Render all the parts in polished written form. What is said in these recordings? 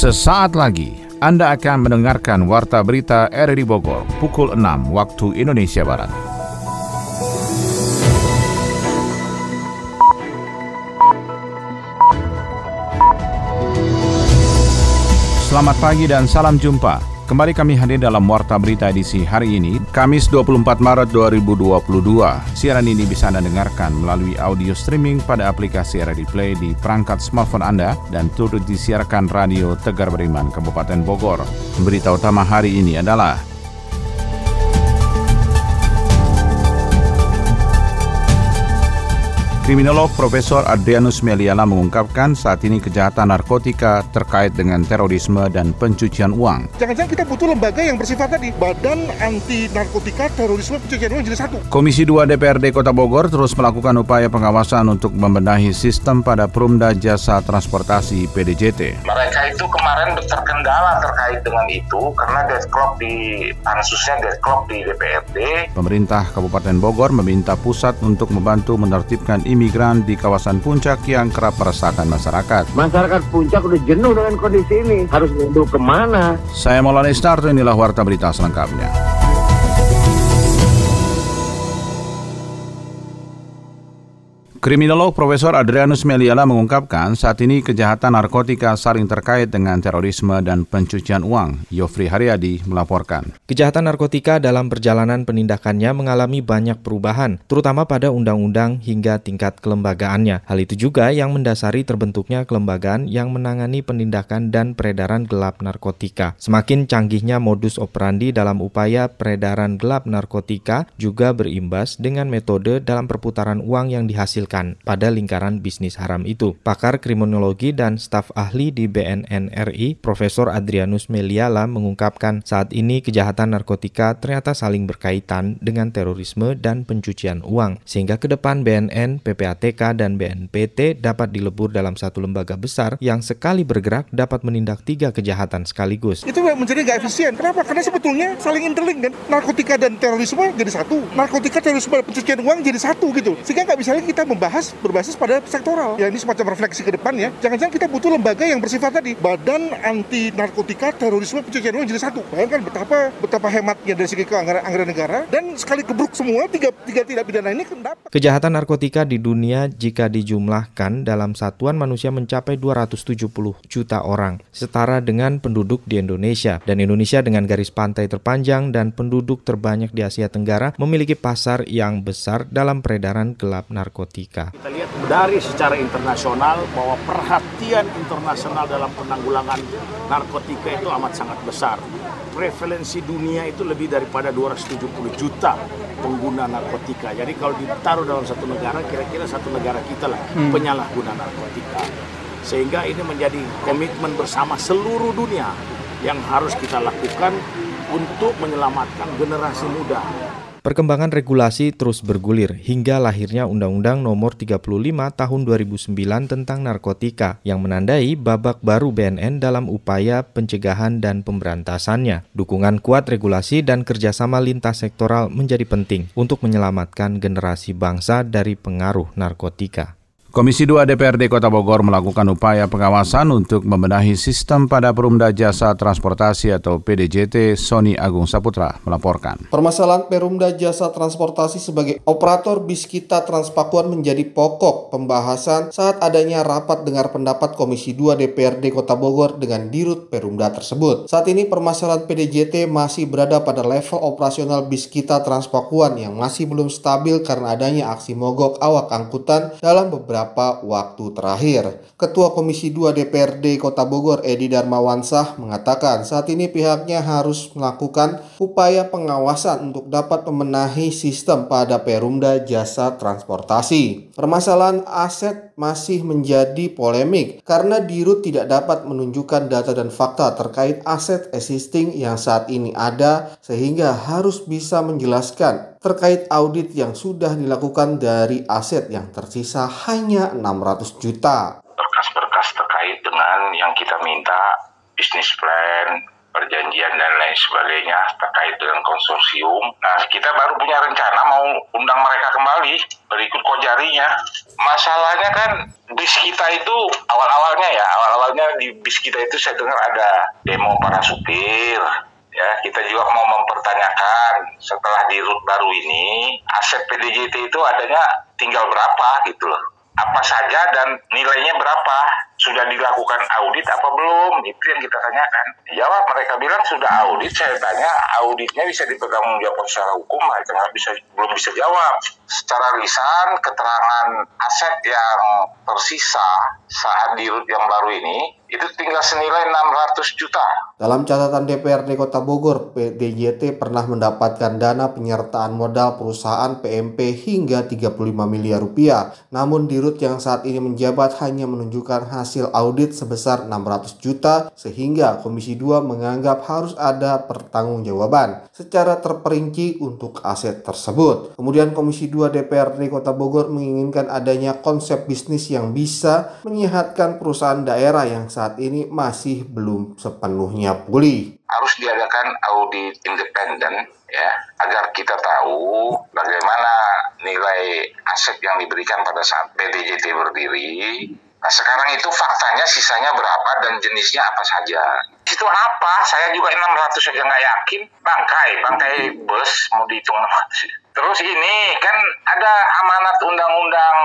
Sesaat lagi Anda akan mendengarkan Warta Berita RRI Bogor pukul 6 waktu Indonesia Barat. Selamat pagi dan salam jumpa. Kembali kami hadir dalam Warta Berita edisi hari ini, Kamis 24 Maret 2022. Siaran ini bisa Anda dengarkan melalui audio streaming pada aplikasi RRI Play di perangkat smartphone Anda dan turut disiarkan Radio Tegar Beriman, Kabupaten Bogor. Berita utama hari ini adalah Kriminolog Profesor Adrianus Meliala mengungkapkan saat ini kejahatan narkotika terkait dengan terorisme dan pencucian uang. Jangan-jangan kita butuh lembaga yang bersifat tadi, Badan Anti Narkotika, Terorisme, Pencucian Uang jadi satu. Komisi 2 DPRD Kota Bogor terus melakukan upaya pengawasan untuk membenahi sistem pada Perumda Jasa Transportasi PDJT. Mereka itu kemarin terkendala terkait dengan itu karena deadlock di pansusnya deadlock di DPRD. Pemerintah Kabupaten Bogor meminta pusat untuk membantu menertibkan imigran di kawasan Puncak yang kerap meresahkan masyarakat. Masyarakat Puncak udah jenuh dengan kondisi ini. Harus menuju kemana? Saya Maulana Istarto, inilah Warta Berita selengkapnya. Kriminolog Profesor Adrianus Meliala mengungkapkan saat ini kejahatan narkotika saling terkait dengan terorisme dan pencucian uang. Yofri Haryadi melaporkan. Kejahatan narkotika dalam perjalanan penindakannya mengalami banyak perubahan, terutama pada undang-undang hingga tingkat kelembagaannya. Hal itu juga yang mendasari terbentuknya kelembagaan yang menangani penindakan dan peredaran gelap narkotika. Semakin canggihnya modus operandi dalam upaya peredaran gelap narkotika juga berimbas dengan metode dalam perputaran uang yang dihasilkan pada lingkaran bisnis haram itu. Pakar kriminologi dan staf ahli di BNN RI, Profesor Adrianus Meliala mengungkapkan saat ini kejahatan narkotika ternyata saling berkaitan dengan terorisme dan pencucian uang, sehingga ke depan BNN, PPATK, dan BNPT dapat dilebur dalam satu lembaga besar yang sekali bergerak dapat menindak 3 kejahatan sekaligus. Itu yang menjadi nggak efisien. Kenapa? Karena sebetulnya saling interlink kan. Narkotika dan terorisme jadi satu. Narkotika, terorisme, dan pencucian uang jadi satu gitu. Sehingga nggak bisa lagi kita berbasis pada sektoral. Ya ini semacam refleksi ke depan ya. Jangan-jangan kita butuh lembaga yang bersifat tadi, Badan Anti Narkotika, Terorisme, Pencucian Uang jadi satu. Bayangkan betapa hematnya dari segi anggaran negara, dan sekali kebruk semua tiga tindak pidana ini dapat. Kejahatan narkotika di dunia jika dijumlahkan dalam satuan manusia mencapai 270 juta orang, setara dengan penduduk di Indonesia. Dan Indonesia dengan garis pantai terpanjang dan penduduk terbanyak di Asia Tenggara memiliki pasar yang besar dalam peredaran gelap narkotika. Kita lihat dari secara internasional bahwa perhatian internasional dalam penanggulangan narkotika itu amat sangat besar. Prevalensi dunia itu lebih daripada 270 juta pengguna narkotika. Jadi kalau ditaruh dalam satu negara, kira-kira satu negara kita lah penyalahguna narkotika. Sehingga ini menjadi komitmen bersama seluruh dunia yang harus kita lakukan untuk menyelamatkan generasi muda. Perkembangan regulasi terus bergulir hingga lahirnya Undang-Undang Nomor 35 Tahun 2009 tentang narkotika yang menandai babak baru BNN dalam upaya pencegahan dan pemberantasannya. Dukungan kuat regulasi dan kerjasama lintas sektoral menjadi penting untuk menyelamatkan generasi bangsa dari pengaruh narkotika. Komisi 2 DPRD Kota Bogor melakukan upaya pengawasan untuk membenahi sistem pada Perumda Jasa Transportasi atau PDJT. Sony Agung Saputra melaporkan. Permasalahan Perumda Jasa Transportasi sebagai operator bis kita Transpakuan menjadi pokok pembahasan saat adanya rapat dengar pendapat Komisi 2 DPRD Kota Bogor dengan Dirut Perumda tersebut. Saat ini permasalahan PDJT masih berada pada level operasional bis kita Transpakuan yang masih belum stabil karena adanya aksi mogok awak angkutan dalam beberapa waktu terakhir. Ketua Komisi 2 DPRD Kota Bogor Edi Darmawansah mengatakan saat ini pihaknya harus melakukan upaya pengawasan untuk dapat membenahi sistem pada Perumda Jasa Transportasi. Permasalahan aset masih menjadi polemik karena Dirut tidak dapat menunjukkan data dan fakta terkait aset existing yang saat ini ada sehingga harus bisa menjelaskan terkait audit yang sudah dilakukan dari aset yang tersisa hanya 600 juta. Berkas-berkas terkait dengan yang kita minta, bisnis plan, perjanjian dan lain sebagainya terkait dengan konsorsium. Nah, kita baru punya rencana mau undang mereka kembali, berikut kojarinya. Masalahnya kan bis kita itu awal-awalnya di bis kita itu saya dengar ada demo para supir. Ya, kita juga mau mempertanyakan setelah di rute baru ini aset PDJT itu adanya tinggal berapa gitu loh. Apa saja dan nilainya berapa? Sudah dilakukan audit apa belum? Itu yang kita tanyakan. Jawab, mereka bilang sudah audit. Saya tanya, auditnya bisa dipertanggungjawabkan secara hukum? Mereka belum bisa jawab. Secara lisan, keterangan aset yang tersisa saat di rute yang baru ini itu tinggal senilai 600 juta. Dalam catatan DPRD Kota Bogor, PDJT pernah mendapatkan dana penyertaan modal perusahaan PMP hingga 35 miliar rupiah. Namun di rute yang saat ini menjabat hanya menunjukkan hasil audit sebesar 600 juta sehingga Komisi 2 menganggap harus ada pertanggungjawaban secara terperinci untuk aset tersebut. Kemudian Komisi 2 DPRD Kota Bogor menginginkan adanya konsep bisnis yang bisa menyehatkan perusahaan daerah yang saat ini masih belum sepenuhnya pulih. Harus diadakan audit independen ya, agar kita tahu bagaimana nilai aset yang diberikan pada saat PDJT berdiri. Nah, sekarang itu faktanya sisanya berapa dan jenisnya apa saja. Itu apa? Saya juga 600 saja nggak yakin. Bangkai bus mau dihitung 600. Terus ini kan ada amanat Undang-Undang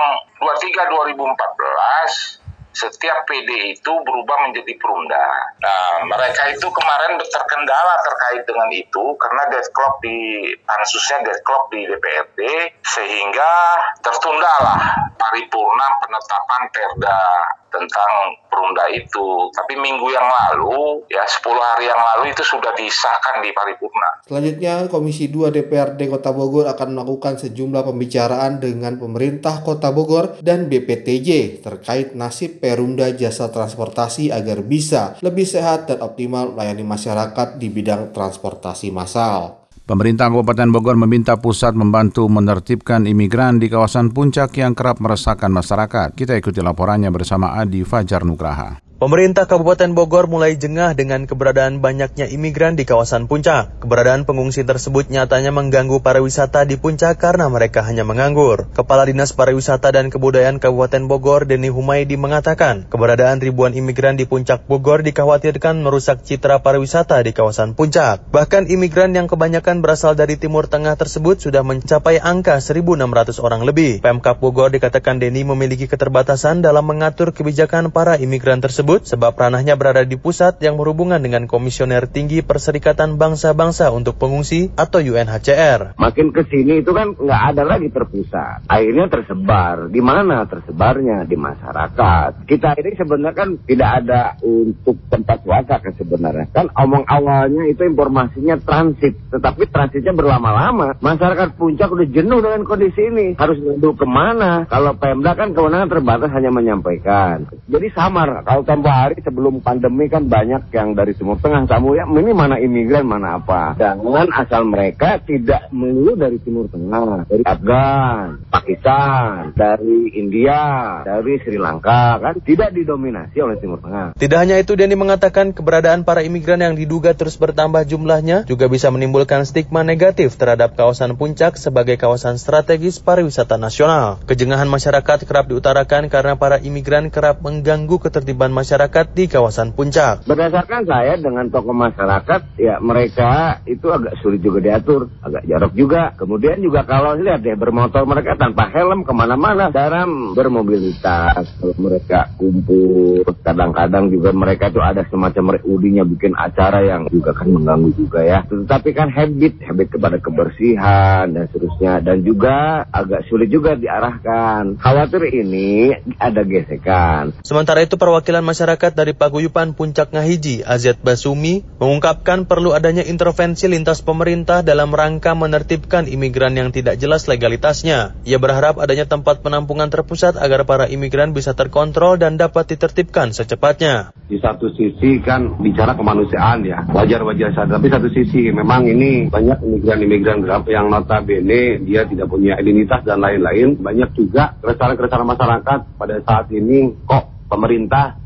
23/2014. Setiap PD itu berubah menjadi perumda. Nah, mereka itu kemarin terkendala terkait dengan itu karena deadlock di pansusnya, deadlock di DPRD, sehingga tertundalah paripurna penetapan perda tentang perumda itu. Tapi minggu yang lalu, ya 10 hari yang lalu itu sudah disahkan di paripurna. Selanjutnya, Komisi 2 DPRD Kota Bogor akan melakukan sejumlah pembicaraan dengan pemerintah Kota Bogor dan BPTJ terkait nasib Perumda Jasa Transportasi agar bisa lebih sehat dan optimal melayani masyarakat di bidang transportasi massal. Pemerintah Kabupaten Bogor meminta pusat membantu menertibkan imigran di kawasan Puncak yang kerap meresahkan masyarakat. Kita ikuti laporannya bersama Adi Fajar Nugraha. Pemerintah Kabupaten Bogor mulai jengah dengan keberadaan banyaknya imigran di kawasan Puncak. Keberadaan pengungsi tersebut nyatanya mengganggu pariwisata di Puncak karena mereka hanya menganggur. Kepala Dinas Pariwisata dan Kebudayaan Kabupaten Bogor, Denny Humaydi, mengatakan keberadaan ribuan imigran di Puncak Bogor dikhawatirkan merusak citra pariwisata di kawasan Puncak. Bahkan imigran yang kebanyakan berasal dari Timur Tengah tersebut sudah mencapai angka 1.600 orang lebih. Pemkab Bogor, dikatakan Denny, memiliki keterbatasan dalam mengatur kebijakan para imigran tersebut sebab ranahnya berada di pusat yang berhubungan dengan Komisioner Tinggi Perserikatan Bangsa-Bangsa untuk Pengungsi atau UNHCR. Makin ke sini itu kan nggak ada lagi terpusat. Akhirnya tersebar. Di mana tersebarnya? Di masyarakat. Kita ini sebenarnya kan tidak ada untuk tempat puasa kan sebenarnya. Kan omong awalnya itu informasinya transit. Tetapi transitnya berlama-lama. Masyarakat Puncak udah jenuh dengan kondisi ini. Harus ngadu kemana? Kalau Pemda kan kewenangan terbatas hanya menyampaikan. Jadi samar. Kalau tempo hari sebelum pandemi kan banyak yang dari Timur Tengah, kamu ya ini mana imigran mana apa. Jangan asal mereka tidak melulu dari Timur Tengah, dari Afgan, Pakistan, dari India, dari Sri Lanka, kan tidak didominasi oleh Timur Tengah. Tidak hanya itu, Denny mengatakan keberadaan para imigran yang diduga terus bertambah jumlahnya juga bisa menimbulkan stigma negatif terhadap kawasan Puncak sebagai kawasan strategis pariwisata nasional. Kejengahan masyarakat kerap diutarakan karena para imigran kerap mengganggu ketertiban masyarakat di kawasan Puncak. Berdasarkan saya dengan tokoh masyarakat, ya mereka itu agak sulit juga diatur, agak jorok juga. Kemudian juga kalau lihat deh bermotor mereka tanpa helm kemana-mana, dalam bermobilitas. Kalau mereka kumpul, kadang-kadang juga mereka itu ada semacam reudinya bikin acara yang juga kan mengganggu juga ya. Tetapi kan habit kepada kebersihan dan seterusnya, dan juga agak sulit juga diarahkan. Khawatir ini ada gesekan. Sementara itu perwakilan masyarakat dari Paguyuban Puncak Ngahiji, Azet Basumi, mengungkapkan perlu adanya intervensi lintas pemerintah dalam rangka menertibkan imigran yang tidak jelas legalitasnya. Ia berharap adanya tempat penampungan terpusat agar para imigran bisa terkontrol dan dapat ditertibkan secepatnya. Di satu sisi kan bicara kemanusiaan ya, wajar-wajar saja. Tapi satu sisi memang ini banyak imigran-imigran yang notabene dia tidak punya identitas dan lain-lain. Banyak juga keresahan-keresahan masyarakat pada saat ini kok pemerintah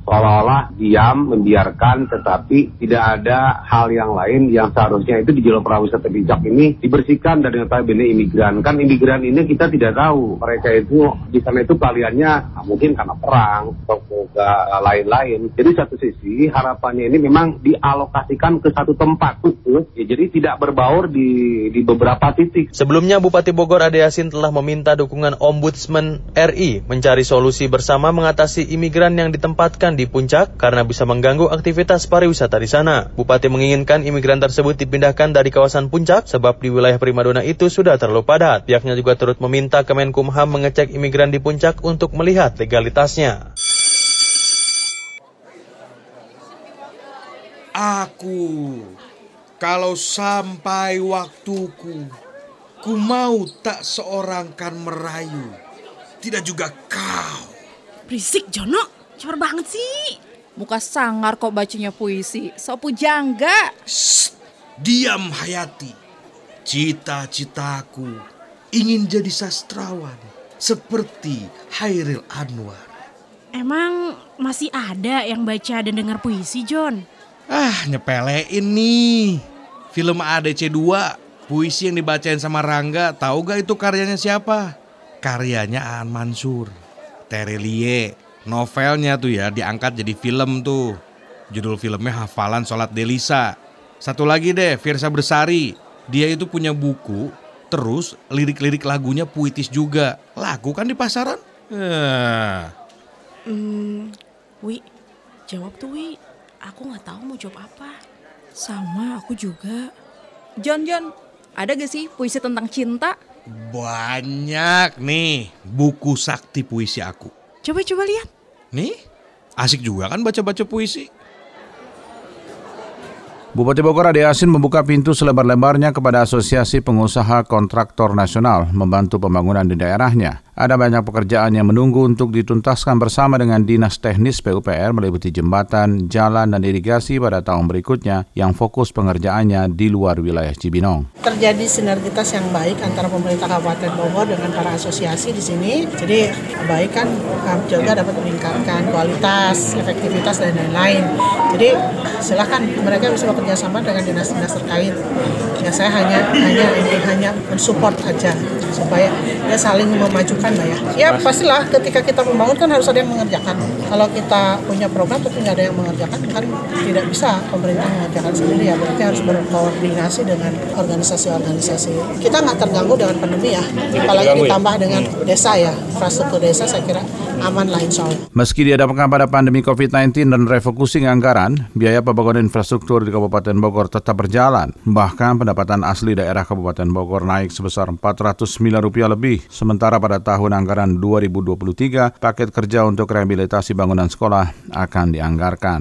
seolah-olah diam, membiarkan, tetapi tidak ada hal yang lain yang seharusnya itu di jalur pariwisata bijak ini dibersihkan dari notabene imigran. Kan imigran ini kita tidak tahu, mereka itu di sana itu kaliannya mungkin karena perang atau lain-lain. Jadi satu sisi harapannya ini memang dialokasikan ke satu tempat khusus, ya, jadi tidak berbaur di beberapa titik. Sebelumnya Bupati Bogor Ade Yasin telah meminta dukungan Ombudsman RI mencari solusi bersama mengatasi imigran yang ditempatkan di Puncak karena bisa mengganggu aktivitas pariwisata di sana. Bupati menginginkan imigran tersebut dipindahkan dari kawasan Puncak sebab di wilayah primadona itu sudah terlalu padat. Pihaknya juga turut meminta Kemenkumham mengecek imigran di Puncak untuk melihat legalitasnya. Aku, kalau sampai waktuku, ku mau tak seorang kan merayu, tidak juga kau. Berisik, Jono. Ceper banget sih. Muka sangar kok bacanya puisi. So pujangga. Shh, diam Hayati. Cita-citaku ingin jadi sastrawan seperti Hairil Anwar. Emang masih ada yang baca dan dengar puisi, John? Nyepelein nih. Film ADC 2, puisi yang dibacain sama Rangga, tahu gak itu karyanya siapa? Karyanya Aan Mansur. Terelie, novelnya tuh ya diangkat jadi film tuh. Judul filmnya Hafalan Sholat Delisa. Satu lagi deh, Firsa Bersari. Dia itu punya buku, terus lirik-lirik lagunya puitis juga. Laku kan di pasaran? Wi, jawab tuh Wi. Aku gak tahu mau jawab apa. Sama aku juga. John, ada gak sih puisi tentang cinta? Banyak nih buku sakti puisi aku. Coba lihat. Nih, asik juga kan baca-baca puisi. Bupati Bogor Ade Yasin membuka pintu selebar-lebarnya kepada Asosiasi Pengusaha Kontraktor Nasional membantu pembangunan di daerahnya. Ada banyak pekerjaan yang menunggu untuk dituntaskan bersama dengan Dinas Teknis PUPR meliputi jembatan, jalan, dan irigasi pada tahun berikutnya yang fokus pengerjaannya di luar wilayah Cibinong. Terjadi sinergitas yang baik antara pemerintah Kabupaten Bogor dengan para asosiasi di sini. Jadi baik kan juga dapat meningkatkan kualitas, efektivitas, dan lain-lain. Jadi silakan mereka bisa bekerja sama dengan dinas-dinas terkait. Ya saya hanya mensupport aja supaya dia saling memajukan lah ya. Ya pastilah ketika kita membangun kan harus ada yang mengerjakan. Kalau kita punya program tapi nggak ada yang mengerjakan kan tidak bisa pemerintah mengerjakan sendiri ya. Berarti harus berkoordinasi dengan organisasi-organisasi. Kita nggak terganggu dengan pandemi ya. Apalagi ditambah dengan desa ya. Infrastruktur desa saya kira aman lah insya Allah. Meski dihadapkan pada pandemi COVID-19 dan refocusing anggaran, biaya pembangunan infrastruktur di Kabupaten Bogor tetap berjalan. Bahkan pendapatan asli daerah Kabupaten Bogor naik sebesar Rp400 miliar lebih. Sementara pada tahun anggaran 2023, paket kerja untuk rehabilitasi bangunan sekolah akan dianggarkan.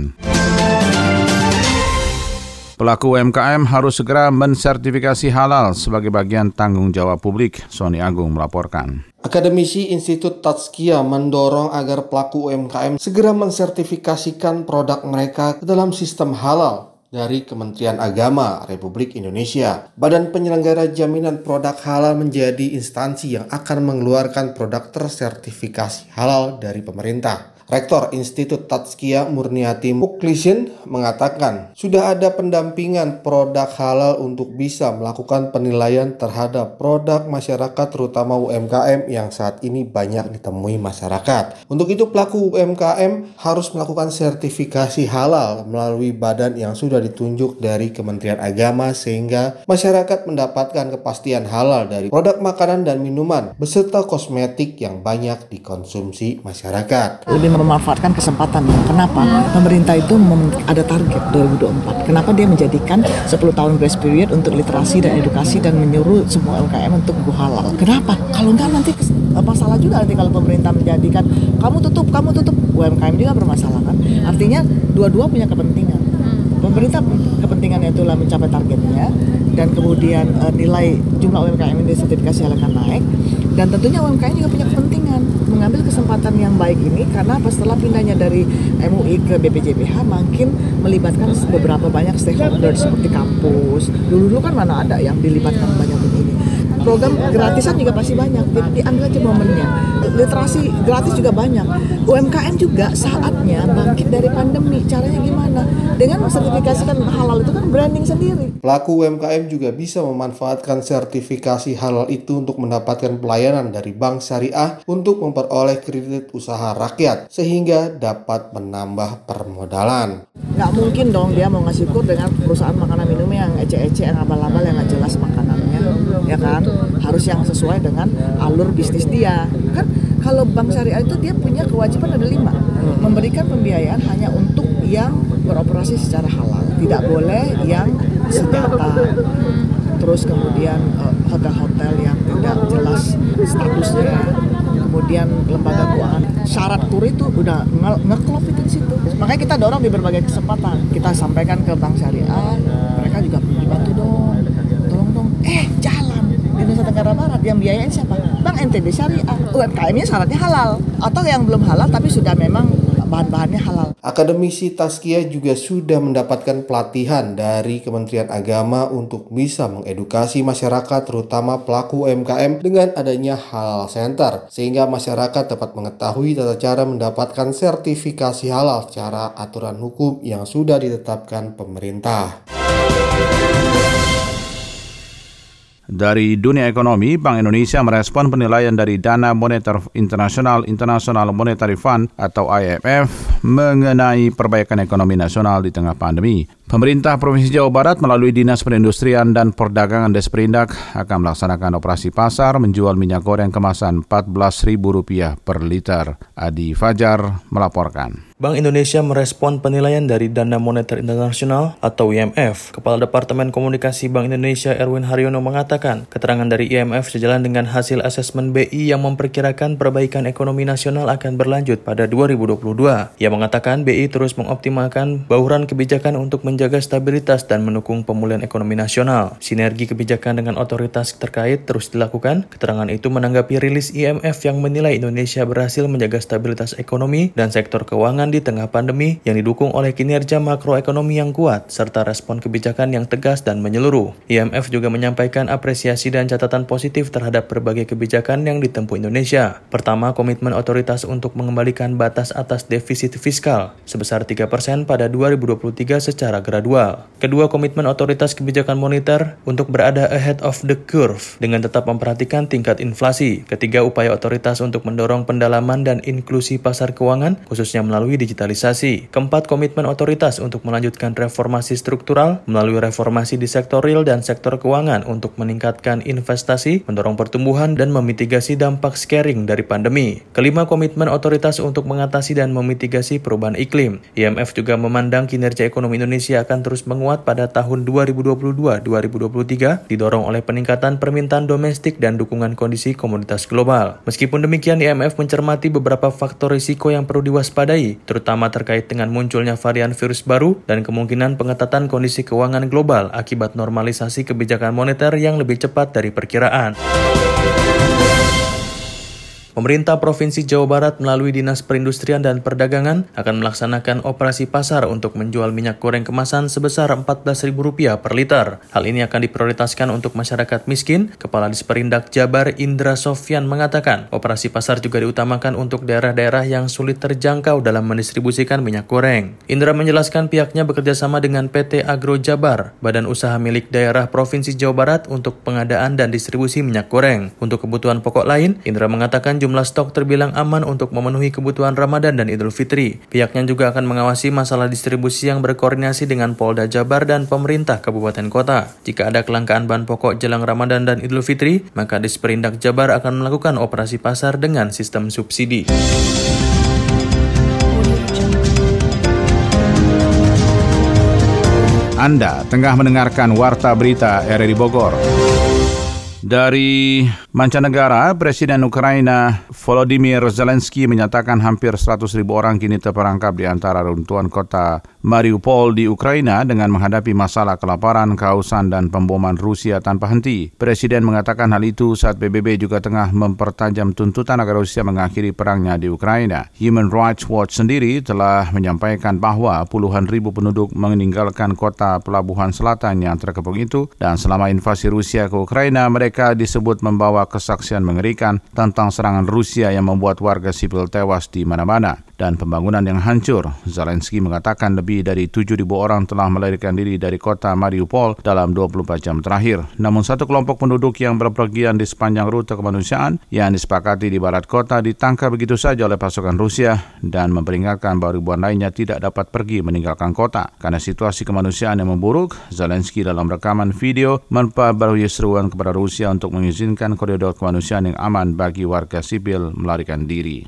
Pelaku UMKM harus segera mensertifikasi halal sebagai bagian tanggung jawab publik. Sony Agung melaporkan. Akademisi Institut Tazkiyah mendorong agar pelaku UMKM segera mensertifikasikan produk mereka ke dalam sistem halal dari Kementerian Agama Republik Indonesia. Badan Penyelenggara Jaminan Produk Halal menjadi instansi yang akan mengeluarkan produk tersertifikasi halal dari pemerintah. Rektor Institut Tazkiyah Murniati Muklisin mengatakan, sudah ada pendampingan produk halal untuk bisa melakukan penilaian terhadap produk masyarakat terutama UMKM yang saat ini banyak ditemui masyarakat. Untuk itu pelaku UMKM harus melakukan sertifikasi halal melalui badan yang sudah ditunjuk dari Kementerian Agama sehingga masyarakat mendapatkan kepastian halal dari produk makanan dan minuman beserta kosmetik yang banyak dikonsumsi masyarakat. Lebih memanfaatkan kesempatan. Kenapa? Pemerintah itu ada target 2024. Kenapa dia menjadikan 10 tahun grace period untuk literasi dan edukasi dan menyuruh semua UMKM untuk go halal. Kenapa? Kalau enggak nanti masalah juga nanti kalau pemerintah menjadikan kamu tutup, UMKM juga bermasalah kan. Artinya dua-dua punya kepentingan. Pemerintah kepentingannya itulah mencapai targetnya dan kemudian nilai jumlah UMKM yang disertifikasi akan naik dan tentunya UMKM juga punya kepentingan mengambil kesempatan yang baik ini karena setelah pindahnya dari MUI ke BPJPH makin melibatkan beberapa banyak stakeholder seperti kampus. Dulu kan mana ada yang dilibatkan banyak begini. Program gratisan juga pasti banyak, jadi diambil aja momennya. literasi gratis juga banyak. UMKM juga saatnya bangkit dari pandemi. Caranya gimana? Dengan mensertifikasikan halal itu kan branding sendiri. Pelaku UMKM juga bisa memanfaatkan sertifikasi halal itu untuk mendapatkan pelayanan dari bank syariah untuk memperoleh kredit usaha rakyat sehingga dapat menambah permodalan. Nggak mungkin dong dia mau ngasih kur dengan perusahaan makanan minum yang ece-ece, yang abal-abal, yang nggak jelas makanannya, ya kan? Harus yang sesuai dengan alur bisnis dia. Kan kalau bank syariah itu dia punya kewajiban ada 5, memberikan pembiayaan hanya untuk yang beroperasi secara halal, tidak boleh yang senjata, terus kemudian hotel-hotel yang tidak jelas statusnya, kemudian lembaga keuangan. Syarat kur itu udah ngeklop itu di situ. Makanya kita dorong di berbagai kesempatan. Kita sampaikan ke bank syariah, mereka juga dibantu dong. Tolong dong, jalan di Nusa Tenggara Barat yang biayain siapa? Bank NTB Syariah. UMKM-nya syaratnya halal atau yang belum halal tapi sudah memang bahan-bahannya halal. Akademisi Tazkiyah juga sudah mendapatkan pelatihan dari Kementerian Agama untuk bisa mengedukasi masyarakat terutama pelaku UMKM dengan adanya halal center sehingga masyarakat dapat mengetahui tata cara mendapatkan sertifikasi halal secara aturan hukum yang sudah ditetapkan pemerintah. Dari dunia ekonomi, Bank Indonesia merespon penilaian dari Dana Moneter Internasional International Monetary Fund atau IMF mengenai perbaikan ekonomi nasional di tengah pandemi. Pemerintah Provinsi Jawa Barat melalui Dinas Perindustrian dan Perdagangan Desperindak akan melaksanakan operasi pasar menjual minyak goreng kemasan Rp14.000 per liter. Adi Fajar melaporkan. Bank Indonesia merespon penilaian dari Dana Moneter Internasional atau IMF. Kepala Departemen Komunikasi Bank Indonesia Erwin Haryono mengatakan, keterangan dari IMF sejalan dengan hasil asesmen BI yang memperkirakan perbaikan ekonomi nasional akan berlanjut pada 2022. Ia mengatakan BI terus mengoptimalkan bauran kebijakan untuk menjaga stabilitas dan mendukung pemulihan ekonomi nasional. Sinergi kebijakan dengan otoritas terkait terus dilakukan. Keterangan itu menanggapi rilis IMF yang menilai Indonesia berhasil menjaga stabilitas ekonomi dan sektor keuangan di tengah pandemi yang didukung oleh kinerja makroekonomi yang kuat serta respon kebijakan yang tegas dan menyeluruh. IMF juga menyampaikan apresiasi dan catatan positif terhadap berbagai kebijakan yang ditempuh Indonesia. Pertama, komitmen otoritas untuk mengembalikan batas atas defisit fiskal sebesar 3% pada 2023 secara gradual. Kedua, komitmen otoritas kebijakan moneter untuk berada ahead of the curve dengan tetap memperhatikan tingkat inflasi. Ketiga, upaya otoritas untuk mendorong pendalaman dan inklusi pasar keuangan khususnya melalui digitalisasi. Keempat, komitmen otoritas untuk melanjutkan reformasi struktural melalui reformasi di sektor real dan sektor keuangan untuk meningkatkan investasi, mendorong pertumbuhan, dan memitigasi dampak scaring dari pandemi. Kelima, komitmen otoritas untuk mengatasi dan memitigasi perubahan iklim. IMF juga memandang kinerja ekonomi Indonesia akan terus menguat pada tahun 2022-2023, didorong oleh peningkatan permintaan domestik dan dukungan kondisi komoditas global. Meskipun demikian, IMF mencermati beberapa faktor risiko yang perlu diwaspadai, terutama terkait dengan munculnya varian virus baru dan kemungkinan pengetatan kondisi keuangan global akibat normalisasi kebijakan moneter yang lebih cepat dari perkiraan. Pemerintah Provinsi Jawa Barat melalui Dinas Perindustrian dan Perdagangan akan melaksanakan operasi pasar untuk menjual minyak goreng kemasan sebesar Rp14.000 per liter. Hal ini akan diprioritaskan untuk masyarakat miskin. Kepala Disperindak Jabar Indra Sofyan mengatakan, operasi pasar juga diutamakan untuk daerah-daerah yang sulit terjangkau dalam mendistribusikan minyak goreng. Indra menjelaskan pihaknya bekerjasama dengan PT Agro Jabar, badan usaha milik daerah Provinsi Jawa Barat untuk pengadaan dan distribusi minyak goreng. Untuk kebutuhan pokok lain, Indra mengatakan jumlah stok terbilang aman untuk memenuhi kebutuhan Ramadan dan Idul Fitri. Pihaknya juga akan mengawasi masalah distribusi yang berkoordinasi dengan Polda Jabar dan pemerintah kabupaten kota. Jika ada kelangkaan bahan pokok jelang Ramadan dan Idul Fitri, maka Disperindak Jabar akan melakukan operasi pasar dengan sistem subsidi. Anda tengah mendengarkan Warta Berita RRI Bogor. Dari mancanegara, Presiden Ukraina Volodymyr Zelensky menyatakan hampir 100.000 orang kini terperangkap di antara runtuhan kota Mariupol di Ukraina dengan menghadapi masalah kelaparan, kehausan, dan pemboman Rusia tanpa henti. Presiden mengatakan hal itu saat PBB juga tengah mempertajam tuntutan agar Rusia mengakhiri perangnya di Ukraina. Human Rights Watch sendiri telah menyampaikan bahwa puluhan ribu penduduk meninggalkan kota pelabuhan selatan yang terkepung itu, dan selama invasi Rusia ke Ukraina, mereka Mereka disebut membawa kesaksian mengerikan tentang serangan Rusia yang membuat warga sipil tewas di mana-mana dan pembangunan yang hancur. Zelensky mengatakan lebih dari 7.000 orang telah melarikan diri dari kota Mariupol dalam 24 jam terakhir. Namun satu kelompok penduduk yang berpergian di sepanjang rute kemanusiaan yang disepakati di barat kota ditangkap begitu saja oleh pasukan Rusia dan memperingatkan bahwa ribuan lainnya tidak dapat pergi meninggalkan kota. Karena situasi kemanusiaan yang memburuk, Zelensky dalam rekaman video memperbarui seruan kepada Rusia untuk mengizinkan koridor kemanusiaan yang aman bagi warga sipil melarikan diri.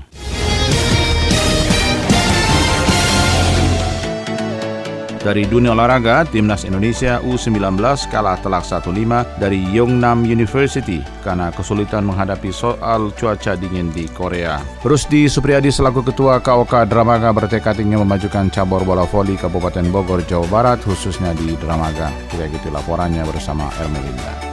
Dari dunia olahraga, Timnas Indonesia U19 kalah telak 1-5 dari Yongnam University karena kesulitan menghadapi soal cuaca dingin di Korea. Rusdi Supriyadi selaku Ketua KOK Dramaga bertekad ingin memajukan cabur bola voli Kabupaten Bogor, Jawa Barat, khususnya di Dramaga. Kita ikuti laporannya bersama Ermelinda.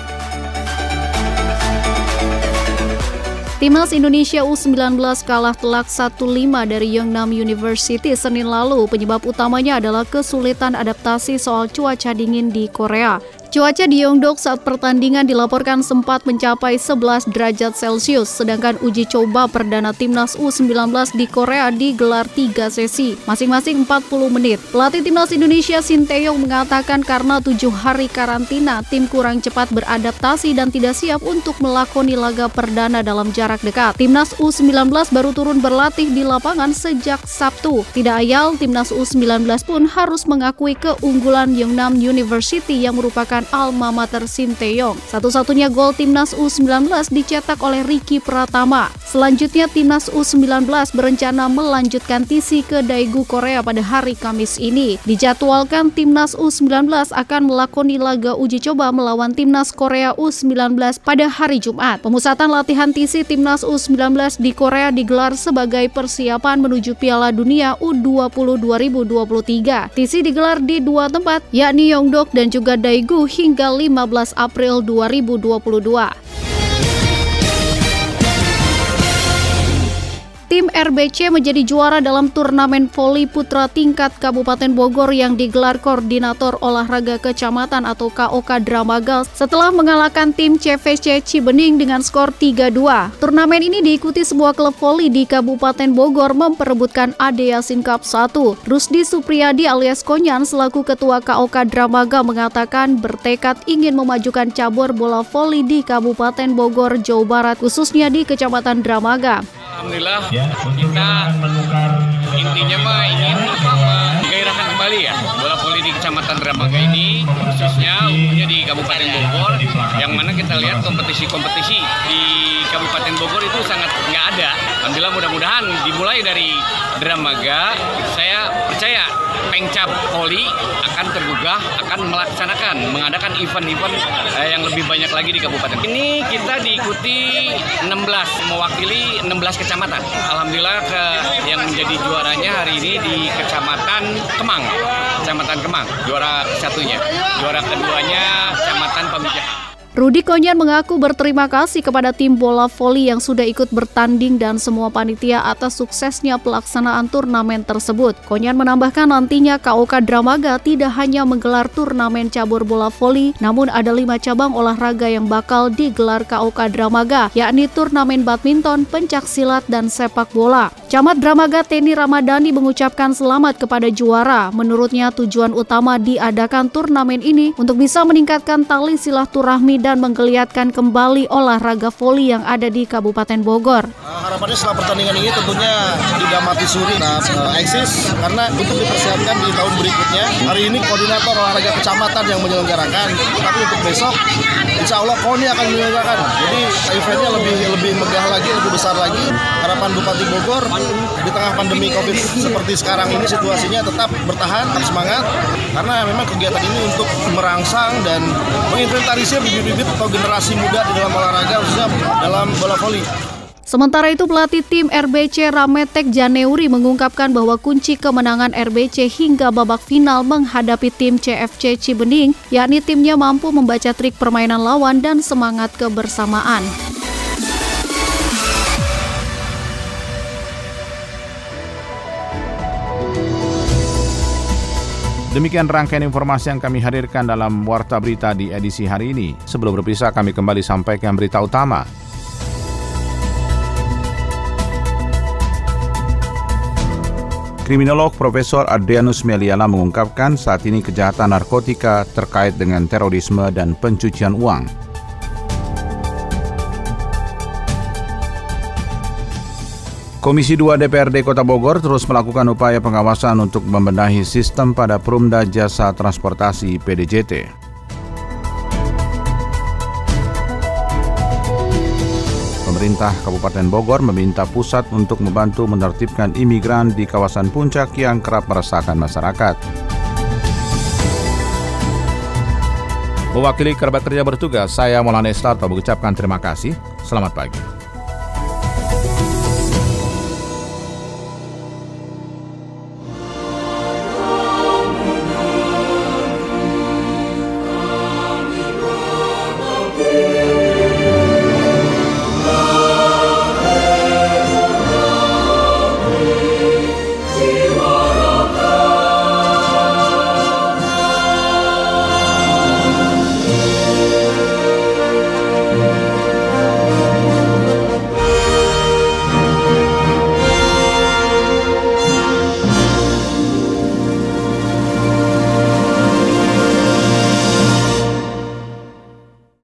Timnas Indonesia U19 kalah telak 1-5 dari Yongnam University Senin lalu. Penyebab utamanya adalah kesulitan adaptasi soal cuaca dingin di Korea. Cuaca di Yongdok saat pertandingan dilaporkan sempat mencapai 11 derajat Celcius, sedangkan uji coba perdana Timnas U19 di Korea digelar 3 sesi, masing-masing 40 menit. Pelatih Timnas Indonesia Shin Tae-yong mengatakan karena 7 hari karantina, tim kurang cepat beradaptasi dan tidak siap untuk melakoni laga perdana dalam jarak dekat. Timnas U19 baru turun berlatih di lapangan sejak Sabtu. Tidak ayal, Timnas U19 pun harus mengakui keunggulan Yongnam University yang merupakan alma mater Shin Tae-yong. Satu-satunya gol Timnas U19 dicetak oleh Ricky Pratama. Selanjutnya Timnas U19 berencana melanjutkan TC ke Daegu, Korea pada hari Kamis ini. Dijadwalkan Timnas U19 akan melakoni laga uji coba melawan Timnas Korea U19 pada hari Jumat. Pemusatan latihan TC Timnas U19 di Korea digelar sebagai persiapan menuju Piala Dunia U20 2023. TC digelar di 2 tempat, yakni Yongdok dan juga Daegu hingga 15 April 2022. Tim RBC menjadi juara dalam turnamen voli putra tingkat Kabupaten Bogor yang digelar Koordinator Olahraga Kecamatan atau KOK Dramaga setelah mengalahkan tim CVC Cibening dengan skor 3-2. Turnamen ini diikuti sebuah klub voli di Kabupaten Bogor memperebutkan AD Yasin Cup 1. Rusdi Supriyadi alias Konyan selaku Ketua KOK Dramaga mengatakan bertekad ingin memajukan cabur bola voli di Kabupaten Bogor, Jawa Barat, khususnya di Kecamatan Dramaga. Alhamdulillah kita intinya ingin menggairahkan kembali ya bola voli di Kecamatan Dramaga ini, khususnya umumnya di Kabupaten Bogor, yang mana kita lihat kompetisi-kompetisi di Kabupaten Bogor itu sangat nggak ada. Alhamdulillah mudah-mudahan dimulai dari Dramaga, saya percaya Pengcap Voli akan tergugah, akan mengadakan event-event yang lebih banyak lagi di kabupaten. Ini kita diikuti 16, mewakili 16 kecamatan. Alhamdulillah yang menjadi juaranya hari ini di Kecamatan Kemang, juara satunya. Juara keduanya Kecamatan Pamijahan. Rudi Konyan mengaku berterima kasih kepada tim bola voli yang sudah ikut bertanding dan semua panitia atas suksesnya pelaksanaan turnamen tersebut. Konyan menambahkan nantinya KOK Dramaga tidak hanya menggelar turnamen cabur bola voli, namun ada 5 cabang olahraga yang bakal digelar KOK Dramaga, yakni turnamen badminton, pencaksilat, dan sepak bola. Camat Dramaga Teni Ramadhani mengucapkan selamat kepada juara. Menurutnya tujuan utama diadakan turnamen ini untuk bisa meningkatkan tali silaturahmi dan menggeliatkan kembali olahraga voli yang ada di Kabupaten Bogor. Harapannya setelah pertandingan ini tentunya tidak mati suri, eksis karena untuk dipersiapkan di tahun berikutnya. Hari ini koordinator olahraga kecamatan yang menyelenggarakan, tapi untuk besok insya Allah KONI akan menyelenggarakan. Jadi eventnya lebih megah lagi, lebih besar lagi. Harapan Bupati Bogor di tengah pandemi COVID seperti sekarang ini situasinya tetap bertahan, tetap semangat, karena memang kegiatan ini untuk merangsang dan menginventarisir bibit-bibit atau generasi muda di dalam olahraga, khususnya dalam bola voli. Sementara itu pelatih tim RBC Rametek Janeuri mengungkapkan bahwa kunci kemenangan RBC hingga babak final menghadapi tim CFC Cibening, yakni timnya mampu membaca trik permainan lawan dan semangat kebersamaan. Demikian rangkaian informasi yang kami hadirkan dalam Warta Berita di edisi hari ini. Sebelum berpisah, kami kembali sampaikan berita utama. Kriminolog Profesor Adrianus Meliala mengungkapkan saat ini kejahatan narkotika terkait dengan terorisme dan pencucian uang. Komisi 2 DPRD Kota Bogor terus melakukan upaya pengawasan untuk membenahi sistem pada Perumda Jasa Transportasi PDJT. Pemerintah Kabupaten Bogor meminta pusat untuk membantu menertibkan imigran di kawasan Puncak yang kerap meresahkan masyarakat. Mewakili kerabat kerja bertugas, saya Maulana Islato mengucapkan terima kasih. Selamat pagi.